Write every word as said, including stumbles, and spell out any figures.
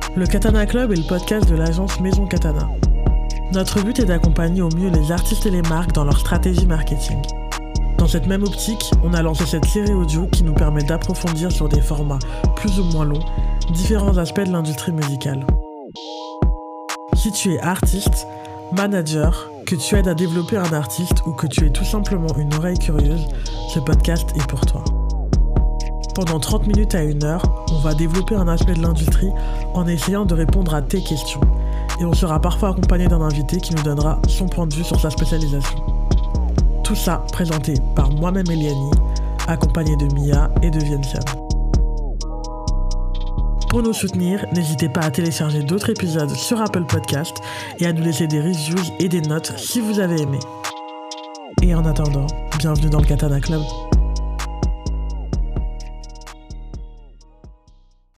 Le Katana Club est le podcast de l'agence Maison Katana. Notre but est d'accompagner au mieux les artistes et les marques dans leur stratégie marketing. Dans cette même optique, on a lancé cette série audio qui nous permet d'approfondir sur des formats plus ou moins longs différents aspects de l'industrie musicale. Si tu es artiste, manager, que tu aides à développer un artiste ou que tu es tout simplement une oreille curieuse, ce podcast est pour toi. Pendant trente minutes à une heure, on va développer un aspect de l'industrie en essayant de répondre à tes questions. Et on sera parfois accompagné d'un invité qui nous donnera son point de vue sur sa spécialisation. Tout ça présenté par moi-même Eliani, accompagné de Mia et de Vientiane. Pour nous soutenir, n'hésitez pas à télécharger d'autres épisodes sur Apple Podcast et à nous laisser des reviews et des notes si vous avez aimé. Et en attendant, bienvenue dans le Katana Club.